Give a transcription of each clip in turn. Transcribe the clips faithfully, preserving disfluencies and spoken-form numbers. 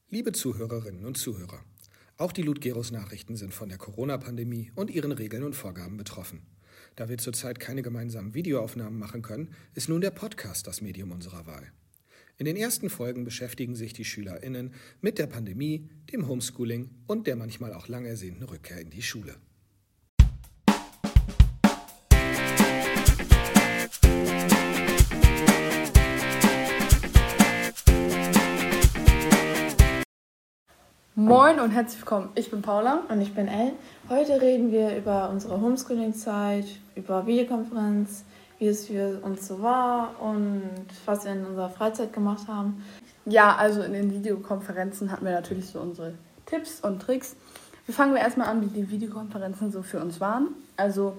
Liebe Zuhörerinnen und Zuhörer, auch die Ludgerus-Nachrichten sind von der Corona-Pandemie und ihren Regeln und Vorgaben betroffen. Da wir zurzeit keine gemeinsamen Videoaufnahmen machen können, ist nun der Podcast das Medium unserer Wahl. In den ersten Folgen beschäftigen sich die SchülerInnen mit der Pandemie, dem Homeschooling und der manchmal auch lang ersehnten Rückkehr in die Schule. Moin und herzlich willkommen. Ich bin Paula. Und ich bin Elle. Heute reden wir über unsere Homeschooling-Zeit, über Videokonferenz, wie es für uns so war und was wir in unserer Freizeit gemacht haben. Ja, also in den Videokonferenzen hatten wir natürlich so unsere Tipps und Tricks. Wir fangen wir erstmal an, wie die Videokonferenzen so für uns waren. Also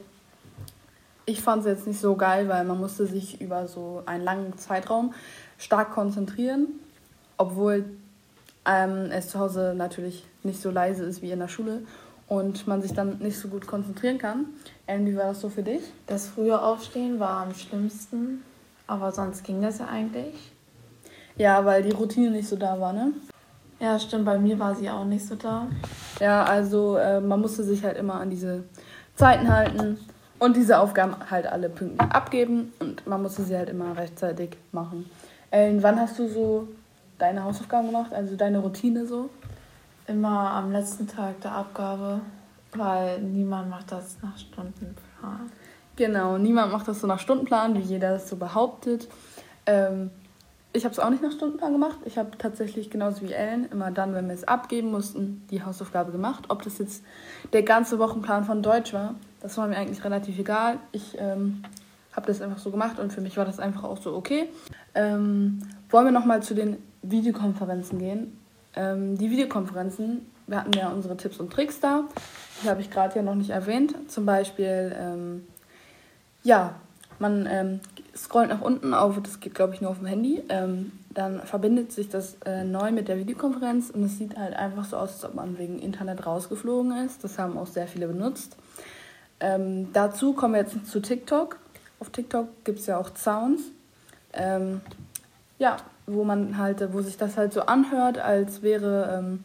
ich fand es jetzt nicht so geil, weil man musste sich über so einen langen Zeitraum stark konzentrieren, obwohl ähm, es zu Hause natürlich nicht so leise ist wie in der Schule und man sich dann nicht so gut konzentrieren kann. Ähm, wie war das so für dich? Das frühe Aufstehen war am schlimmsten, aber sonst ging das ja eigentlich. Ja, weil die Routine nicht so da war, ne? Ja, stimmt, bei mir war sie auch nicht so da. Ja, also äh, man musste sich halt immer an diese Zeiten halten und diese Aufgaben halt alle pünktlich abgeben und man musste sie halt immer rechtzeitig machen. Ellen, wann hast du so deine Hausaufgaben gemacht, also deine Routine so? Immer am letzten Tag der Abgabe, weil niemand macht das nach Stundenplan. Genau, niemand macht das so nach Stundenplan, wie jeder das so behauptet. Ähm, ich habe es auch nicht nach Stundenplan gemacht. Ich habe tatsächlich genauso wie Ellen immer dann, wenn wir es abgeben mussten, die Hausaufgabe gemacht. Ob das jetzt der ganze Wochenplan von Deutsch war, das war mir eigentlich relativ egal. Ich ähm, habe das einfach so gemacht und für mich war das einfach auch so okay. Ähm, wollen wir nochmal zu den Videokonferenzen gehen. Ähm, die Videokonferenzen, wir hatten ja unsere Tipps und Tricks da. Die habe ich gerade ja noch nicht erwähnt. Zum Beispiel, ähm, ja, man ähm, scrollt nach unten auf, das geht glaube ich nur auf dem Handy. Ähm, dann verbindet sich das äh, neu mit der Videokonferenz und es sieht halt einfach so aus, als ob man wegen Internet rausgeflogen ist. Das haben auch sehr viele benutzt. Ähm, dazu kommen wir jetzt zu TikTok. Auf TikTok gibt es ja auch Sounds. Ähm, ja, wo man halt, wo sich das halt so anhört, als wäre, ähm,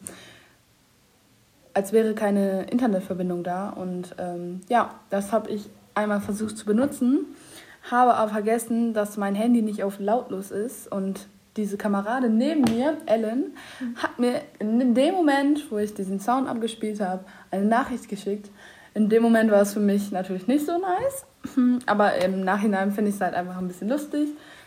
als wäre keine Internetverbindung da. Und ähm, ja, das habe ich einmal versucht zu benutzen, habe aber vergessen, dass mein Handy nicht auf lautlos ist. Und diese Kameradin neben mir, Ellen, hat mir in dem Moment, wo ich diesen Sound abgespielt habe, eine Nachricht geschickt. In dem Moment war es für mich natürlich nicht so nice, aber im Nachhinein finde ich es halt einfach ein bisschen lustig.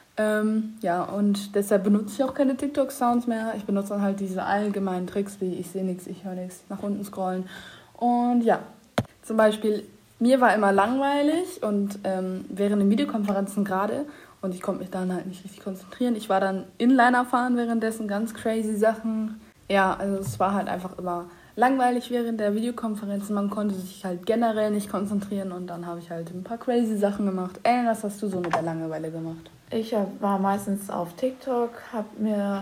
Ähm, ja, und deshalb benutze ich auch keine TikTok-Sounds mehr. Ich benutze dann halt diese allgemeinen Tricks, wie ich sehe nichts, ich höre nichts, nach unten scrollen. Und ja, zum Beispiel, mir war immer langweilig und ähm, während den Videokonferenzen gerade und ich konnte mich dann halt nicht richtig konzentrieren. Ich war dann Inliner fahren währenddessen, ganz crazy Sachen. Ja, also es war halt einfach immer langweilig während der Videokonferenzen. Man konnte sich halt generell nicht konzentrieren und dann habe ich halt ein paar crazy Sachen gemacht. Ellen, was hast du so mit der Langeweile gemacht? Ich hab, war meistens auf TikTok, habe mir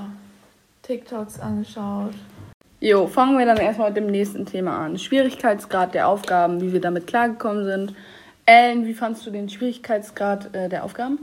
TikToks angeschaut. Jo, fangen wir dann erstmal mit dem nächsten Thema an. Schwierigkeitsgrad der Aufgaben, wie wir damit klargekommen sind. Ellen, wie fandst du den Schwierigkeitsgrad äh, der Aufgaben?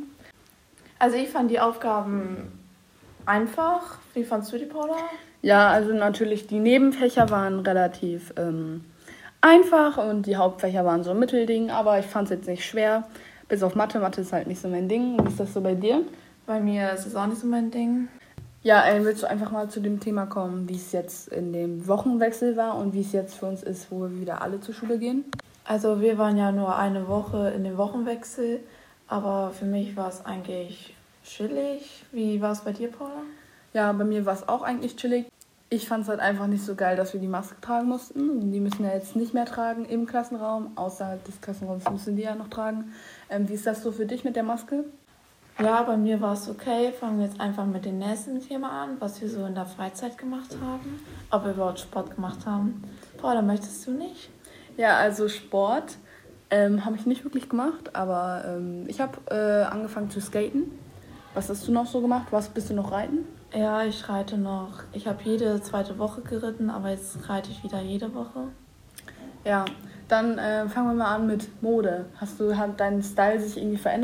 Also ich fand die Aufgaben einfach. Wie fandst du die, Paula? Ja, also natürlich die Nebenfächer waren relativ ähm, einfach und die Hauptfächer waren so ein Mittelding, aber ich fand es jetzt nicht schwer. Bis auf Mathe. Mathe ist halt nicht so mein Ding. Wie ist das so bei dir? Bei mir ist es auch nicht so mein Ding. Ja, Ellen, willst du einfach mal zu dem Thema kommen, wie es jetzt in dem Wochenwechsel war und wie es jetzt für uns ist, wo wir wieder alle zur Schule gehen? Also wir waren ja nur eine Woche in dem Wochenwechsel, aber für mich war es eigentlich chillig. Wie war es bei dir, Paula? Ja, bei mir war es auch eigentlich chillig. Ich fand es halt einfach nicht so geil, dass wir die Maske tragen mussten. Die müssen ja jetzt nicht mehr tragen im Klassenraum. Außerhalb des Klassenraums müssen die ja noch tragen. Ähm, wie ist das so für dich mit der Maske? Ja, bei mir war es okay. Fangen wir jetzt einfach mit dem nächsten Thema an, was wir so in der Freizeit gemacht haben. Ob wir überhaupt Sport gemacht haben. Paula, möchtest du nicht? Ja, also Sport ähm, habe ich nicht wirklich gemacht, aber ähm, ich habe äh, angefangen zu skaten. Was hast du noch so gemacht? Was bist du noch reiten? Ja, ich reite noch. Ich habe jede zweite Woche geritten, aber jetzt reite ich wieder jede Woche. Ja, dann äh, fangen wir mal an mit Mode. Hast du, hat dein Style sich irgendwie verändert?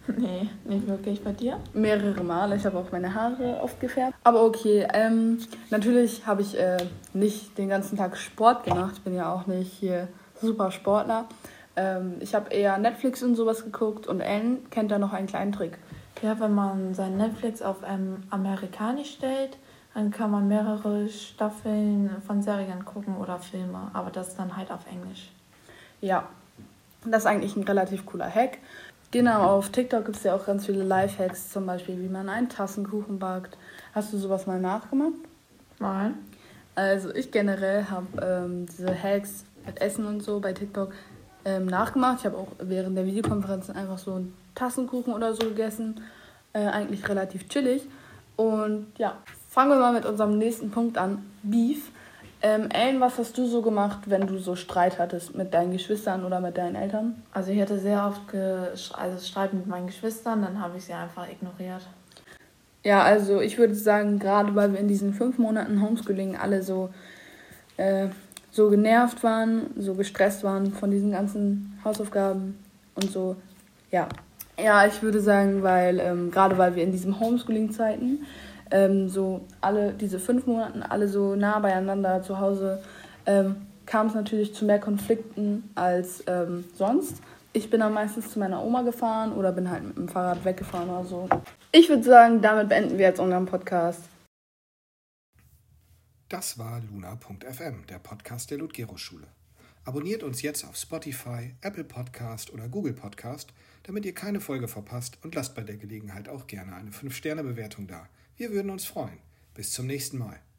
Nee, nicht wirklich. Bei dir? Mehrere Male. Ich habe auch meine Haare oft gefärbt. Aber okay, ähm, natürlich habe ich äh, nicht den ganzen Tag Sport gemacht. Ich bin ja auch nicht hier super Sportler. Ähm, ich habe eher Netflix und sowas geguckt und Ellen kennt da noch einen kleinen Trick. Ja, wenn man sein Netflix auf ähm, amerikanisch stellt, dann kann man mehrere Staffeln von Serien gucken oder Filme. Aber das dann halt auf Englisch. Ja, das ist eigentlich ein relativ cooler Hack. Genau, auf TikTok gibt es ja auch ganz viele Lifehacks, zum Beispiel, wie man einen Tassenkuchen backt. Hast du sowas mal nachgemacht? Nein. Also ich generell habe ähm, diese Hacks mit Essen und so bei TikTok ähm, nachgemacht. Ich habe auch während der Videokonferenzen einfach so einen Tassenkuchen oder so gegessen. Äh, eigentlich relativ chillig. Und ja, fangen wir mal mit unserem nächsten Punkt an. Beef. Ähm, Ellen, was hast du so gemacht, wenn du so Streit hattest mit deinen Geschwistern oder mit deinen Eltern? Also ich hatte sehr oft ge- also Streit mit meinen Geschwistern, dann habe ich sie einfach ignoriert. Ja, also ich würde sagen, gerade weil wir in diesen fünf Monaten Homeschooling alle so, äh, so genervt waren, so gestresst waren von diesen ganzen Hausaufgaben und so, ja. Ja, ich würde sagen, weil ähm, gerade weil wir in diesen Homeschooling-Zeiten ähm, so alle diese fünf Monaten alle so nah beieinander zu Hause, ähm, kam es natürlich zu mehr Konflikten als ähm, sonst. Ich bin dann meistens zu meiner Oma gefahren oder bin halt mit dem Fahrrad weggefahren oder so. Ich würde sagen, damit beenden wir jetzt unseren Podcast. Das war Luna Punkt F M, der Podcast der Ludgero-Schule. Abonniert uns jetzt auf Spotify, Apple Podcast oder Google Podcast, damit ihr keine Folge verpasst und lasst bei der Gelegenheit auch gerne eine fünf Sterne Bewertung da. Wir würden uns freuen. Bis zum nächsten Mal.